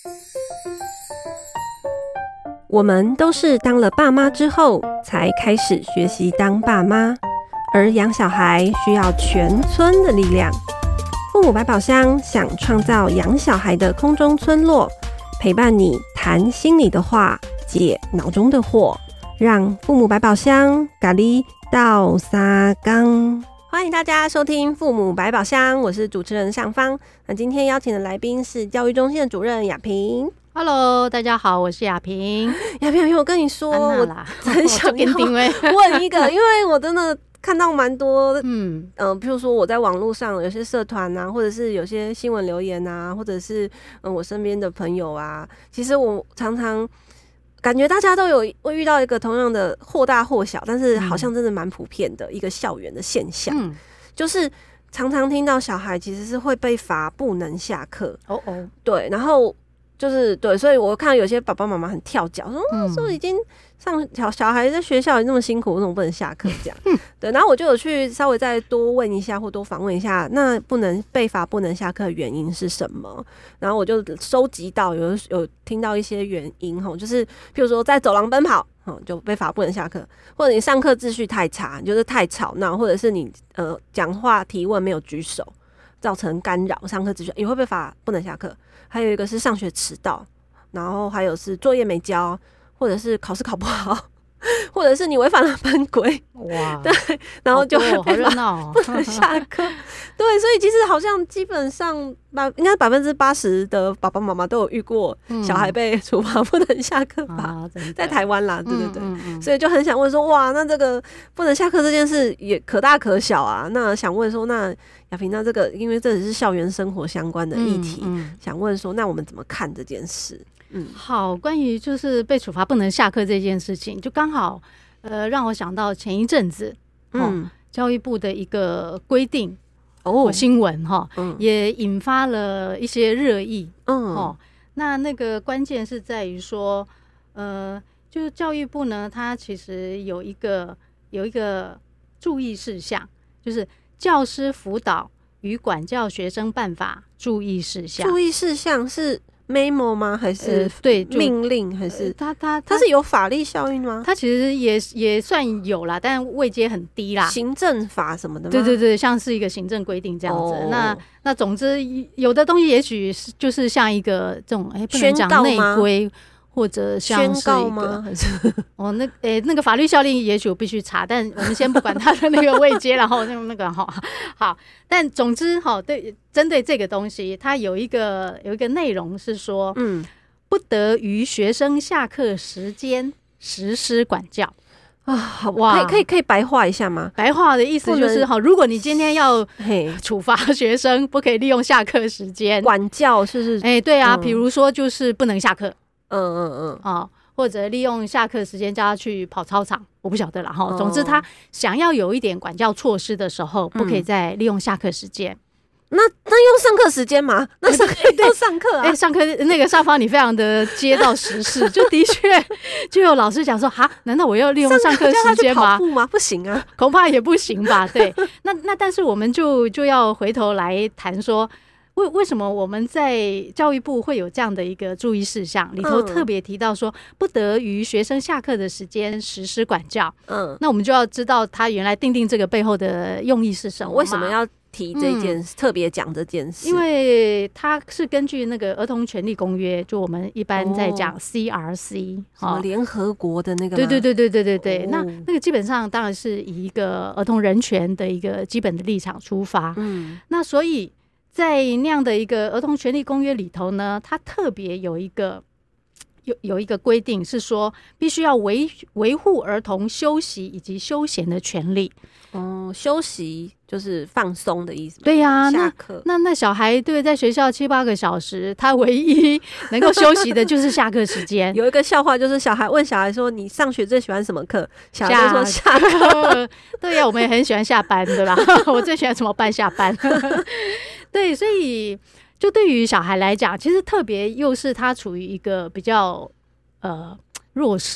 我们都是当了爸妈之后才开始学习当爸妈，而养小孩需要全村的力量。父母百宝箱想创造养小孩的空中村落，陪伴你谈心里的话，解脑中的惑，让父母百宝箱咖喱到沙缸。欢迎大家收听父母百宝箱，我是主持人尚芳。那今天邀请的来宾是教育中心的主任雅萍。 Hello， 大家好，我是雅萍。 雅萍，我跟你说，我很想要问一个，因为我真的看到蛮多，譬如说我在网络上有些社团啊，或者是有些新闻留言啊，或者是我身边的朋友啊，其实我常常感觉大家都会遇到一个同样的或大或小，但是好像真的蛮普遍的一个校园的现象，就是常常听到小孩其实是会被罚不能下课。对，然后就是对，所以我看到有些爸爸妈妈很跳脚，说已经小孩在学校也那么辛苦，为什么不能下课这样？对，然后我就有去稍微再多问一下或多访问一下，那不能被罚不能下课的原因是什么？然后我就收集到有听到一些原因就是譬如说在走廊奔跑，就被罚不能下课，或者你上课秩序太差，就是太吵闹，或者是你讲话提问没有举手，造成干扰上课秩序，也会被罚不能下课。还有一个是上学迟到，然后还有是作业没交，或者是考试考不好，或者是你违反了班规，哇，对，然后就会被罚不能下课。对，所以其实好像基本上应该80%的爸爸妈妈都有遇过小孩被处罚不能下课吧，在台湾啦，对对对，所以就很想问说，哇，那这个不能下课这件事也可大可小啊。那想问说，那雅萍，那这个因为这也是校园生活相关的议题，想问说，那我们怎么看这件事？ 好，关于就是被处罚不能下课这件事情，就刚好让我想到前一阵子教育部的一个规定新闻也引发了一些热议那个关键是在于说就是教育部呢，它其实有一个注意事项，就是教师辅导与管教学生办法注意事项。 注意事项是memo 吗？还是对命令？还是它是有法律效应吗？ 它其实也算有啦，但位阶很低啦。 行政法什么的吗？ 对对对，像是一个行政规定这样子。那总之有的东西也许就是像一个这种不能讲内规，或者像是一个那个法律效力，也许我必须查，但我们先不管它的那个位阶，然后那个好，但总之对，针对这个东西，它有一个内容是说，不得于学生下课时间实施管教啊。哇，可以白话一下吗？ 白话的意思就是如果你今天要处罚学生，不可以利用下课时间管教， 对啊，比如说就是不能下课。或者利用下课时间叫他去跑操场，我不晓得啦总之他想要有一点管教措施的时候，不可以再利用下课时间。 那用上课时间吗？那上课要上课啊？ 上课那个上方你非常的接到时事，就的确就有老师讲说，难道我要利用上课时间吗？ 跑步吗？不行啊， 恐怕也不行吧。对，那但是我们就要回头来谈说。为什么我们在教育部会有这样的一个注意事项里头特别提到说不得于学生下课的时间实施管教？那我们就要知道他原来订定这个背后的用意是什么？ 为什么要提这件事，特别讲这件事？ 因为它是根据那个儿童权利公约，就我们一般在讲 CRC 什么联合国的那个吗？ 对，那个基本上当然是以一个儿童人权的一个基本的立场出发。那所以在那样的一个儿童权利公约里头呢，它特别有一个规定是说，必须要维护儿童休息以及休闲的权利。 休息就是放松的意思吗？ 对呀， 下课那小孩对在学校7-8个小时，他唯一能够休息的就是下课时间。 有一个笑话，就是问小孩说：“你上学最喜欢什么课？”小孩就说：“下课。” 对呀，我们也很喜欢下班，对吧？我最喜欢什么班？下班。对，所以就对于小孩来讲，其实特别又是他处于一个比较弱势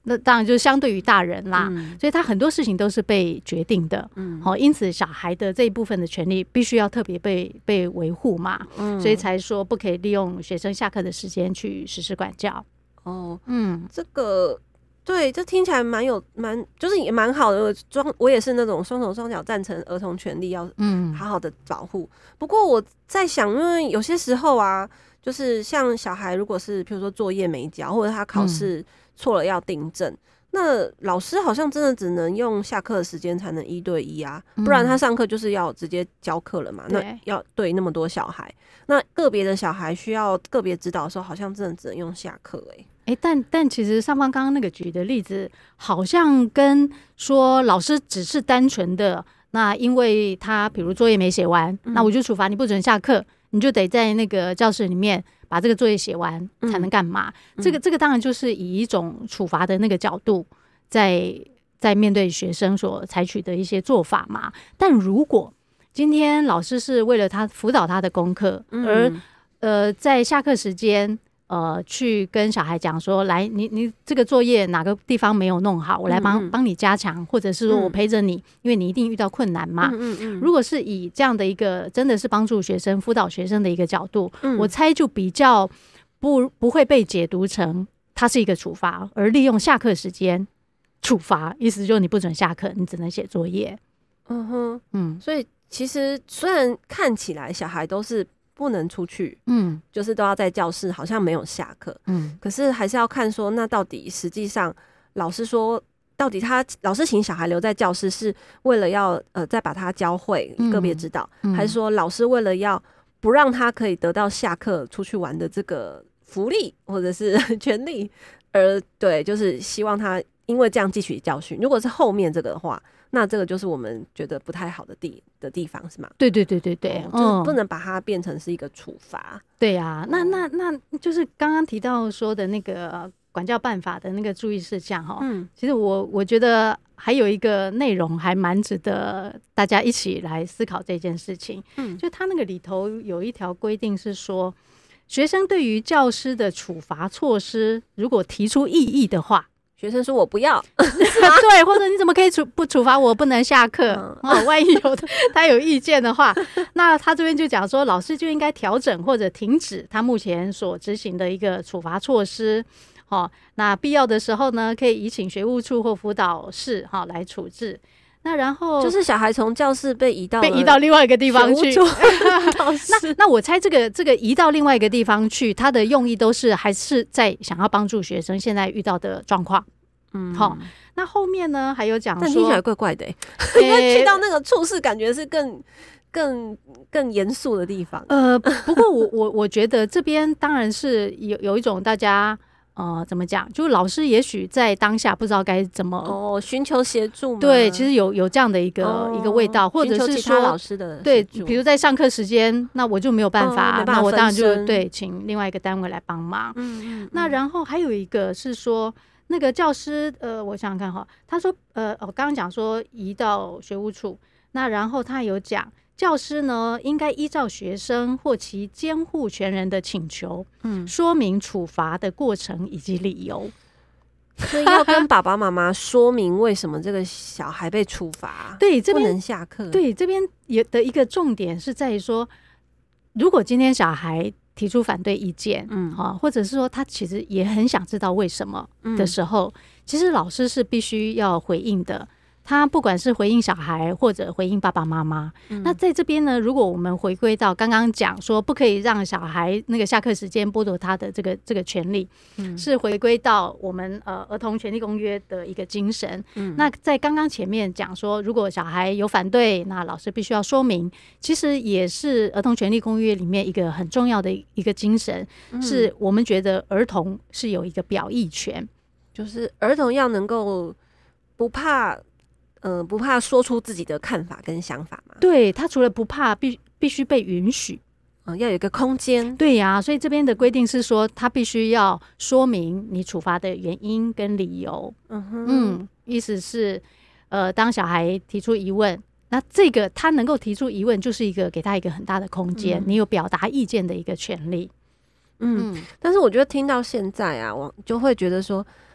那当然就是相对于大人啦，所以他很多事情都是被决定的，因此小孩的这一部分的权利必须要特别被维护嘛，所以才说不可以利用学生下课的时间去实施管教。 这个对，这听起来就是也蛮好的。我也是那种双手双脚赞成儿童权利要好好的保护。不过我在想，因为有些时候啊，就是像小孩如果是譬如说作业没交，或者他考试错了要订正，那老师好像真的只能用下课的时间才能1对1啊，不然他上课就是要直接教课了嘛。那要对那么多小孩，那个别的小孩需要个别指导的时候，好像真的只能用下课但其实上方刚刚那个举的例子，好像跟说老师只是单纯的那因为他比如作业没写完，那我就处罚你不准下课，你就得在那个教室里面把这个作业写完才能干嘛？这个当然就是以一种处罚的那个角度在面对学生所采取的一些做法嘛。但如果今天老师是为了他辅导他的功课，而在下课时间去跟小孩讲说，来，你这个作业哪个地方没有弄好，我来帮你加强，或者是说我陪着你，因为你一定遇到困难嘛。如果是以这样的一个真的是帮助学生、辅导学生的一个角度，我猜就比较不会被解读成它是一个处罚，而利用下课时间处罚，意思就是你不准下课，你只能写作业。 所以其实虽然看起来小孩都是不能出去，就是都要在教室，好像没有下课，可是还是要看说，那到底实际上老师说，到底老师请小孩留在教室是为了要再把他教会个别指导，还是说老师为了要不让他可以得到下课出去玩的这个福利或者是权利，而对，就是希望他因为这样汲取教训。如果是后面这个的话，那这个就是我们觉得不太好的地方，是吗？ 对， 就是不能把它变成是一个处罚。 对啊，那就是刚刚提到说的那个管教办法的那个注意事项哈。其实我觉得还有一个内容还蛮值得大家一起来思考这件事情。就他那个里头有一条规定是说，学生对于教师的处罚措施，如果提出异议的话， 学生说我不要对，或者你怎么可以不处罚我不能下课万一他有意见的话，那他这边就讲说，老师就应该调整或者停止他目前所执行的一个处罚措施。那必要的时候呢，可以移请学务处或辅导室来处置。那然后就是小孩从教室被移到另外一个地方去那我猜这个移到另外一个地方去，他的用意都是还是在想要帮助学生现在遇到的状况。那后面呢还有讲说， 但听起来怪怪的因为去到那个处室感觉是更严肃的地方。 不过我觉得这边当然是有一种大家怎么讲？就老师也许在当下不知道该怎么寻求协助嘛。 对，其实有这样的一个味道，或者是说老师的对，比如在上课时间，那我就没有办法，那我当然就对请另外一个单位来帮忙。那然后还有一个是说，那个教师我想想看哈，他说我刚刚讲说移到学务处，那然后他有讲，教师呢应该依照学生或其监护权人的请求，说明处罚的过程以及理由。 所以要跟爸爸妈妈说明为什么这个小孩被处罚， 对，这边不能下课。 对，这边也的一个重点是在于说，如果今天小孩提出反对意见，或者是说他其实也很想知道为什么的时候，其实老师是必须要回应的。他不管是回应小孩或者回应爸爸妈妈，那在这边呢，如果我们回归到刚刚讲说不可以让小孩那个下课时间剥夺他的这个权利，是回归到我们儿童权利公约的一个精神。那在刚刚前面讲说，如果小孩有反对，那老师必须要说明，其实也是儿童权利公约里面一个很重要的一个精神，是我们觉得儿童是有一个表意权， 就是儿童要能够不怕说出自己的看法跟想法嘛。 对，他除了不怕，必须被允许， 要有一个空间。 对呀，所以这边的规定是说，他必须要说明你处罚的原因跟理由。意思是，当小孩提出疑问，那这个他能够提出疑问，就是给他一个很大的空间，你有表达意见的一个权利。 但是我觉得听到现在啊，我就会觉得说，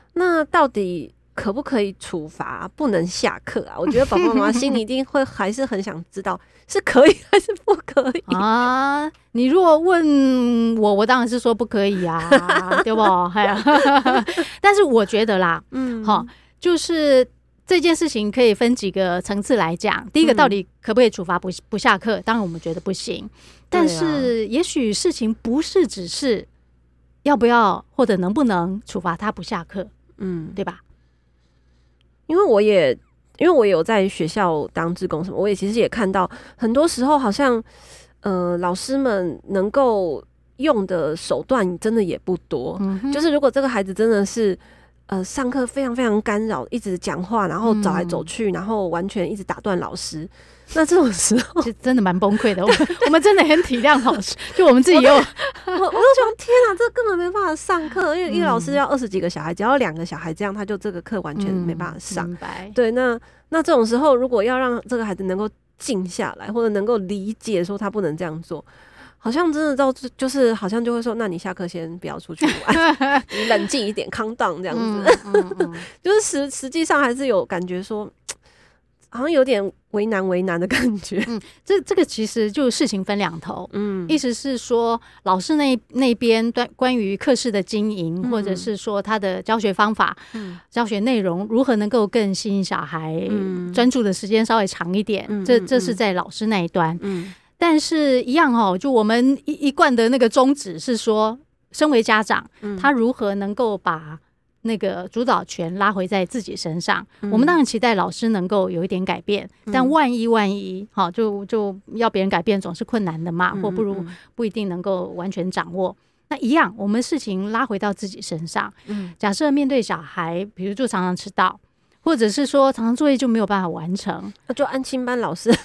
那到底可不可以处罚不能下课啊？我觉得爸爸妈妈心里一定会还是很想知道是可以还是不可以啊。你如果问我当然是说不可以啊，对不？但是我觉得啦，就是这件事情可以分几个层次来讲。第一个，到底可不可以处罚不下课？当然我们觉得不行，但是也许事情不是只是要不要或者能不能处罚他不下课，对吧？ 因为我也有在学校当志工什么，我也其实也看到很多时候好像老师们能够用的手段真的也不多，就是如果这个孩子真的是上课非常非常干扰，一直讲话，然后走来走去，然后完全一直打断老师，那这种时候真的蛮崩溃的。我们真的很体谅老师，就我们自己也有，我都想天啊，这根本没办法上课，因为一个老师要20几个小孩，只要2个小孩这样，他就这个课完全没办法上。对，那这种时候，如果要让这个孩子能够静下来，或者能够理解说他不能这样做，好像真的就是好像就会说，那你下课先不要出去玩，你冷静一点，calm down这样子。就是实际上还是有感觉说，好像有点为难的感觉。 这个其实就事情分两头。意思是说，老师那边关于课室的经营，或者是说他的教学方法、教学内容如何能够更吸引小孩，专注的时间稍微长一点，这是在老师那一端。但是一样就我们一贯的那个宗旨是说，身为家长，他如何能够把那个主导权拉回在自己身上。我们当然期待老师能够有一点改变，但万一就要别人改变总是困难的嘛，或不一定能够完全掌握。那一样，我们事情拉回到自己身上。假设面对小孩，比如就常常迟到，或者是说常常作业就没有办法完成， 就安亲班老师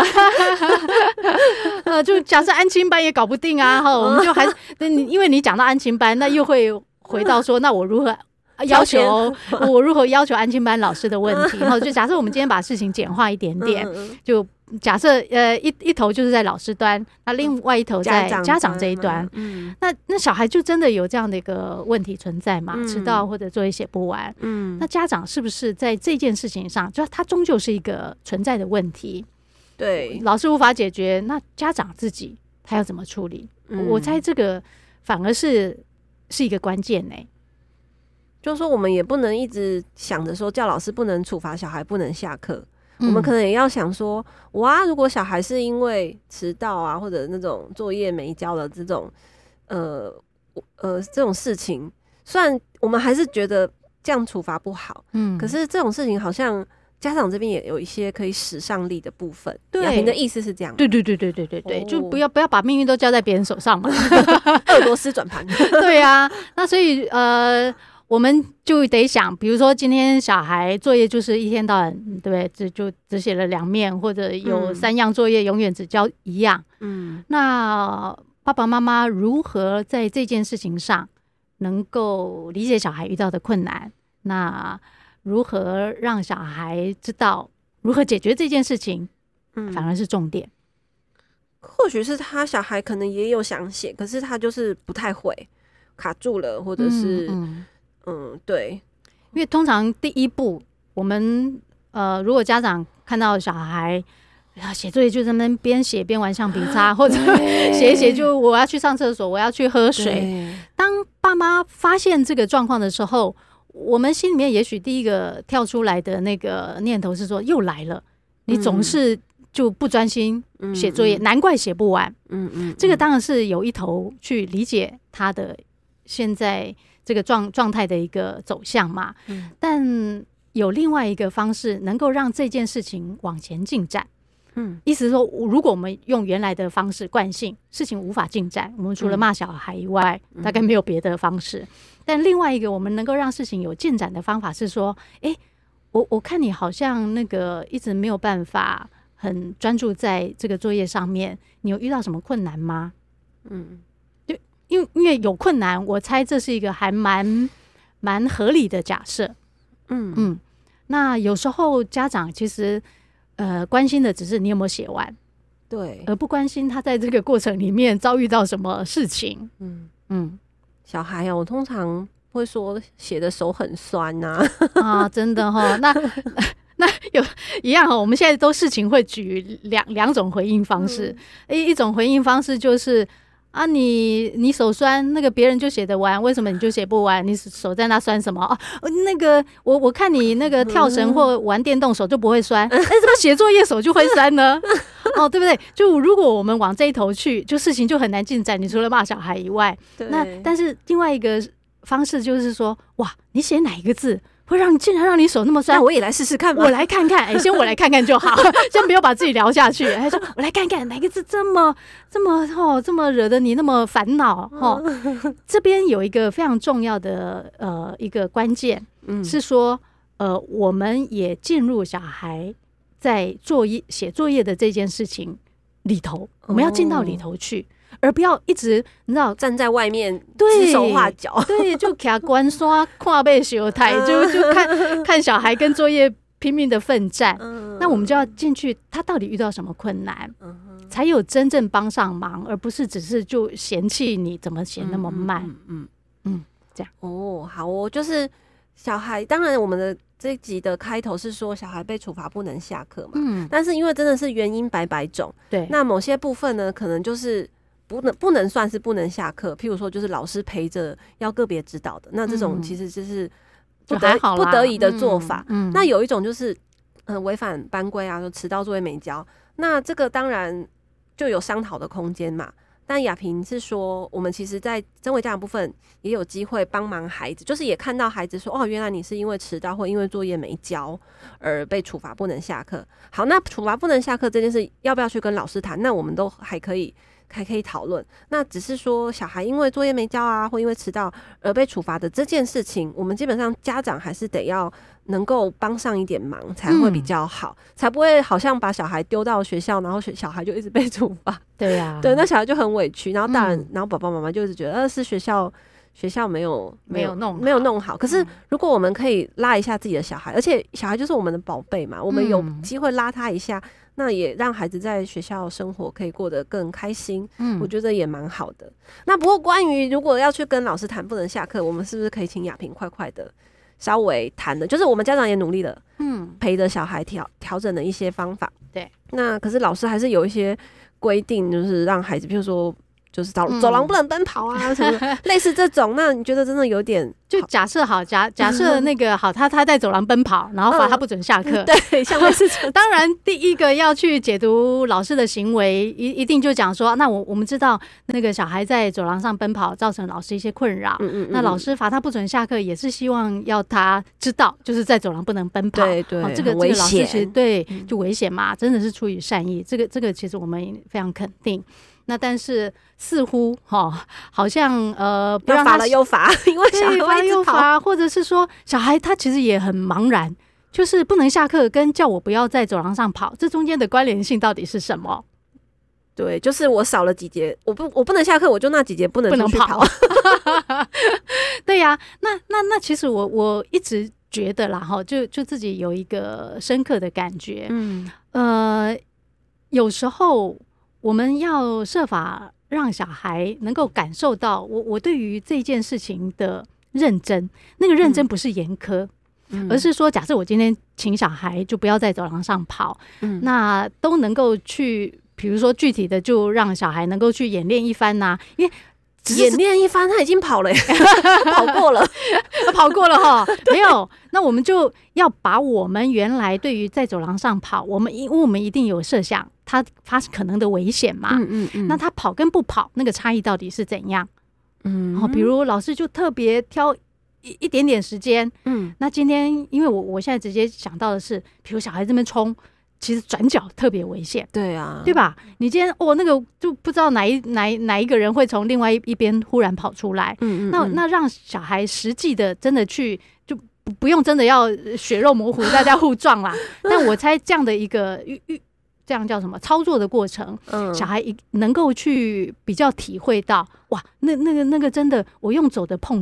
就假设安亲班也搞不定啊，我们就还是因为你讲到安亲班，那又会回到说，那我如何要求安亲班老师的问题。就假设我们今天把事情简化一点点，就假设一头就是在老师端，那另外一头在家长这一端。那小孩就真的有这样的一个问题存在嘛？迟到或者作业写不完。那家长是不是在这件事情上，就他终究是一个存在的问题？ 对， 老师无法解决，那家长自己他要怎么处理？我猜这个反而是一个关键呢。 就是说，我们也不能一直想着说叫老师不能处罚小孩，不能下课。我们可能也要想说，如果小孩是因为迟到啊，或者那种作业没交的这种这种事情，虽然我们还是觉得这样处罚不好，可是这种事情好像家长这边也有一些可以使上力的部分。雅萍的意思是这样， 对，就不要把命运都交在别人手上嘛， 俄罗斯转盘。 对啊，那所以我们就得想，比如说今天小孩作业就是一天到晚，对不对？就只写了2面，或者有3样作业永远只交1样。那爸爸妈妈如何在这件事情上能够理解小孩遇到的困难？那如何让小孩知道如何解决这件事情，反而是重点。 或许是他小孩可能也有想写，可是他就是不太会，卡住了，或者是对， 因为通常第一步，我们如果家长看到小孩写作业就在那边写边玩橡皮擦，或者写一写就我要去上厕所，我要去喝水。当爸妈发现这个状况的时候，我们心里面也许第一个跳出来的那个念头是说，又来了，你总是就不专心写作业，难怪写不完。这个当然是有一头去理解他的现在这个状态的一个走向嘛。但有另外一个方式能够让这件事情往前进展。意思是说，如果我们用原来的方式惯性，事情无法进展，我们除了骂小孩以外，大概没有别的方式。但另外一个我们能够让事情有进展的方法是说，我看你好像那个一直没有办法很专注在这个作业上面，你有遇到什么困难吗？就因为有困难，我猜这是一个还蛮合理的假设。那有时候家长其实关心的只是你有没有写完， 对， 而不关心他在这个过程里面遭遇到什么事情。 小孩我通常会说写的手很酸呐啊，真的哈，那有一样哈，我们现在都事情会举两种回应方式，一种回应方式就是啊，你手酸，那个别人就写得完，为什么你就写不完？你手在那酸什么？那个我看你那个跳绳或玩电动手就不会酸，怎么写作业手就会酸呢？对不对？就如果我们往这一头去，就事情就很难进展。你除了骂小孩以外，那但是另外一个方式就是说，哇，你写哪一个字竟然让你手那么酸？ 那我也来试试看吧。 我来看看，先我来看看就好，先不要把自己聊下去。说我来看看哪个字这么惹得你那么烦恼这边有一个非常重要的一个关键，是说我们也进入小孩在写作业的这件事情里头，我们要进到里头去。而不要一直你知道站在外面指手画脚， 对，就卡关刷跨背修台，就看小孩跟作业拼命的奋战。那我们就要进去，他到底遇到什么困难，才有真正帮上忙，而不是只是就嫌弃你怎么写那么慢。这样好就是小孩，当然我们的这一集的开头是说小孩被处罚不能下课嘛，但是因为真的是原因百种， 对， 那某些部分呢，可能就是不能算是不能下课，譬如说就是老师陪着要个别指导的，那这种其实就是不得已的做法。那有一种就是违反班规啊，就迟到作业没交，那这个当然就有商讨的空间嘛。但雅萍是说，我们其实在身为家长部分也有机会帮忙孩子，就是也看到孩子说，原来你是因为迟到或因为作业没交而被处罚不能下课。好，那处罚不能下课这件事要不要去跟老师谈？那我们都还可以讨论。那只是说小孩因为作业没交啊，或因为迟到而被处罚的这件事情，我们基本上家长还是得要能够帮上一点忙才会比较好，才不会好像把小孩丢到学校，然后小孩就一直被处罚。 对呀， 对，那小孩就很委屈，然后大人，然后爸爸妈妈就一直觉得是学校没有弄好。可是如果我们可以拉一下自己的小孩，而且小孩就是我们的宝贝嘛，我们有机会拉他一下，那也让孩子在学校生活可以过得更开心，我觉得也蛮好的。那不过关于如果要去跟老师谈不能下课，我们是不是可以请雅萍快的稍微谈的，就是我们家长也努力了，陪着小孩调整的一些方法。 对， 那可是老师还是有一些规定，就是让孩子，譬如说就是走廊不能奔跑啊什么的类似这种。那你觉得真的有点， 就假设那个好，他在走廊奔跑，然后罚他不准下课。 对，像类似这种。 当然，第一个要去解读老师的行为，一定就讲说，那我们知道那个小孩在走廊上奔跑，造成老师一些困扰。那老师罚他不准下课，也是希望要他知道，就是在走廊不能奔跑。 对， 这个老师其实对就危险嘛，真的是出于善意。这个其实我们非常肯定。那但是似乎好像不让他罚了又罚，因为小孩罚了又罚，或者是说小孩他其实也很茫然，就是不能下课跟叫我不要在走廊上跑，这中间的关联性到底是什么？ 对，就是我少了几节，我不能下课，我就那几节不能出去跑。 对呀，那其实我一直觉得啦，就自己有一个深刻的感觉，有时候我们要设法让小孩能够感受到我对于这件事情的认真，那个认真不是严苛，而是说假设我今天请小孩就不要在走廊上跑，那都能够去比如说具体的就让小孩能够去演练一番啊，因为演练一番他已经跑了耶跑过了没有，那我们就要把我们原来对于在走廊上跑，因为我们一定有设想他可能的危险嘛，那他跑跟不跑那个差异到底是怎样，比如老师就特别挑一点点时间，那今天因为我现在直接想到的是比如小孩这边冲，其实转角特别危险， 对啊， 对吧？你今天那个就不知道哪一个人会从另外一边忽然跑出来，那让小孩实际的真的去就不用真的要血肉模糊大家互撞啦但我猜这样的一个这样叫什么操作的过程，小孩能够去比较体会到哇，那个真的我用走的碰到，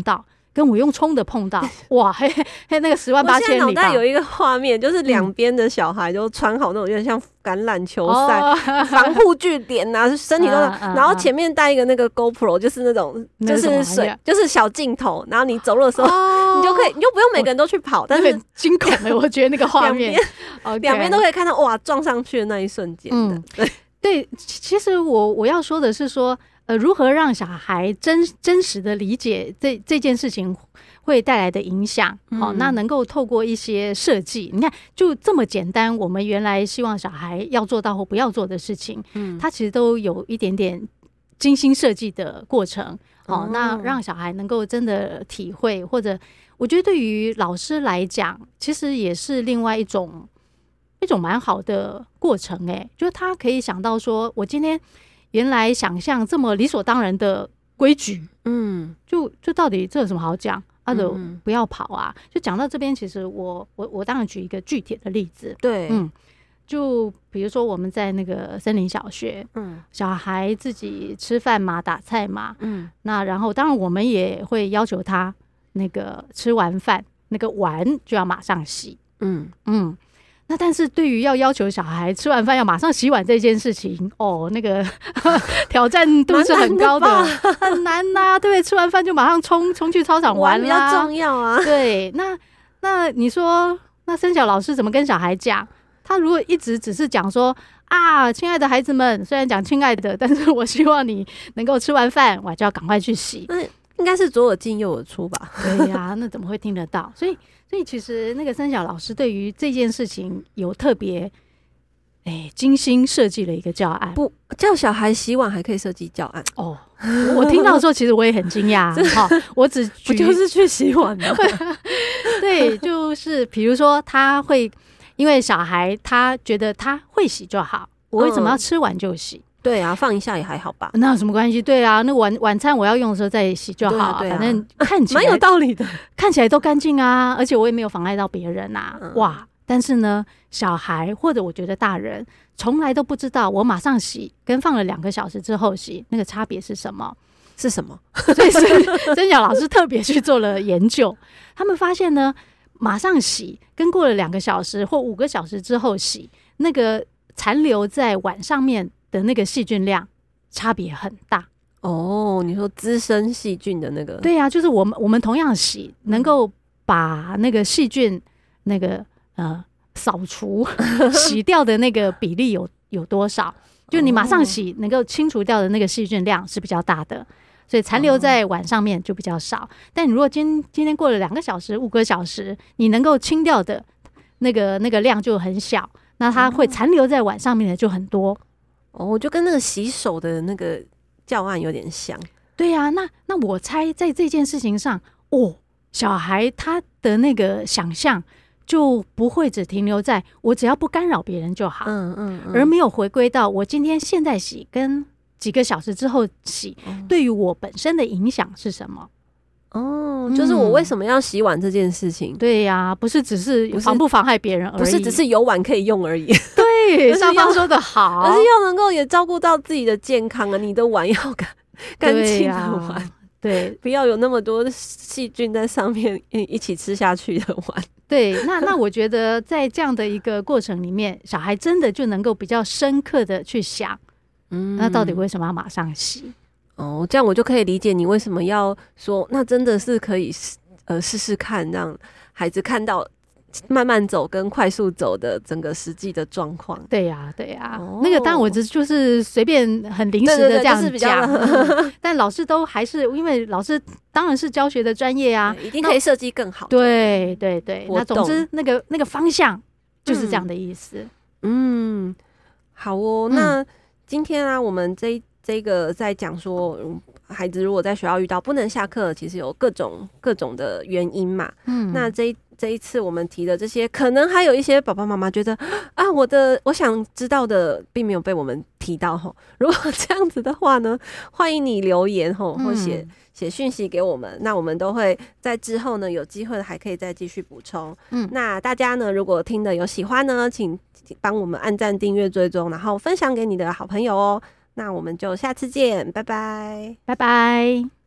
跟我用冲的碰到，哇，嘿，那个10万8千里吧。 我现在脑袋有一个画面，就是两边的小孩都穿好那种有点像橄榄球赛防护具脸啊，身体都然后前面带一个那个 GoPro， 就是那种就是水就是小镜头，然后你走路的时候你就不用每个人都去跑，但是惊恐的，我觉得那个画面两边都可以看到哇撞上去的那一瞬间的。 对，其实我要说的是说，如何让小孩真实的理解这件事情会带来的影响，好，那能够透过一些设计，你看就这么简单，我们原来希望小孩要做到或不要做的事情，它其实都有一点点精心设计的过程，好，那让小孩能够真的体会，或者我觉得对于老师来讲，其实也是另外一种蛮好的过程，就是他可以想到说，我今天原来想象这么理所当然的规矩，就到底这有什么好讲啊？不要跑啊！就讲到这边，其实我当然举一个具体的例子， 对， 就比如说我们在那个森林小学，小孩自己吃饭嘛，打菜嘛，那然后当然我们也会要求他那个吃完饭那个碗就要马上洗，那但是对于要求小孩吃完饭要马上洗碗这件事情，那个挑战度是很高的，很难呐，对，吃完饭就马上冲去操场玩啦， 比较重要啊。 对，那你说，那森小老师怎么跟小孩讲？他如果一直只是讲说啊，亲爱的孩子们，虽然讲亲爱的，但是我希望你能够吃完饭，我就要赶快去洗。 应该是左耳进右耳出吧？ 对呀，那怎么会听得到？所以其实那个森小老师对于这件事情有特别精心设计了一个教案。 不叫小孩洗碗还可以设计教案哦！我听到的时候，其实我也很惊讶。我只不就是去洗碗吗？ 对，就是比如说他会，因为小孩他觉得他会洗就好，我为什么要吃完就洗？ 对啊，放一下也还好吧， 那有什么关系？对啊，那晚餐我要用的时候再洗就好，反正看起来蛮有道理的， 看起来都干净啊，而且我也没有妨碍到别人啊，哇！但是呢，小孩或者我觉得大人从来都不知道，我马上洗跟放了2个小时之后洗那个差别是什么？ 是什么？ 所以曾小老师特别去做了研究，他们发现呢，马上洗跟过了2个小时或5个小时之后洗，那个残留在碗上面的那个细菌量差别很大。 你说滋生细菌的那个？ 对啊，就是我们同样洗，能够把那个细菌那个扫除洗掉的那个比例有多少？就你马上洗能够清除掉的那个细菌量是比较大的，所以残留在碗上面就比较少。但你如果今天过了2个小时、5个小时，你能够清掉的那个量就很小，那它会残留在碗上面的就很多。 就跟那个洗手的那个教案有点像。 对啊，那我猜在这件事情上，小孩他的那个想象就不会只停留在我只要不干扰别人就好，而没有回归到我今天现在洗跟几个小时之后洗，对于我本身的影响是什么？ 就是我为什么要洗碗这件事情？ 对呀，不是只是妨不妨害别人而已， 不是只是有碗可以用而已。 对，上方说的好， 而是要能够也照顾到自己的健康啊！你的碗要干净的碗， 对， 不要有那么多细菌在上面一起吃下去的碗。 对，那我觉得在这样的一个过程里面，小孩真的就能够比较深刻的去想，那到底为什么要马上洗？ 这样我就可以理解你为什么要说，那真的是可以试试看，让孩子看到慢慢走跟快速走的整个实际的状况。 对呀，那个当然我就是随便很临时的这样讲，但老师都还是因为老师当然是教学的专业啊， 一定可以设计更好。 对，那总之那个方向就是这样的意思。 好那今天啊，我们这个在讲说，孩子如果在学校遇到不能下课，其实有各种的原因嘛。那这一次我们提的这些，可能还有一些爸爸妈妈觉得啊，我想知道的并没有被我们提到吼。如果这样子的话呢，欢迎你留言吼，或写讯息给我们，那我们都会在之后呢有机会还可以再继续补充。那大家呢，如果听的有喜欢呢，请帮我们按赞、订阅、追踪，然后分享给你的好朋友哦。那我们就下次见，拜拜， 拜拜。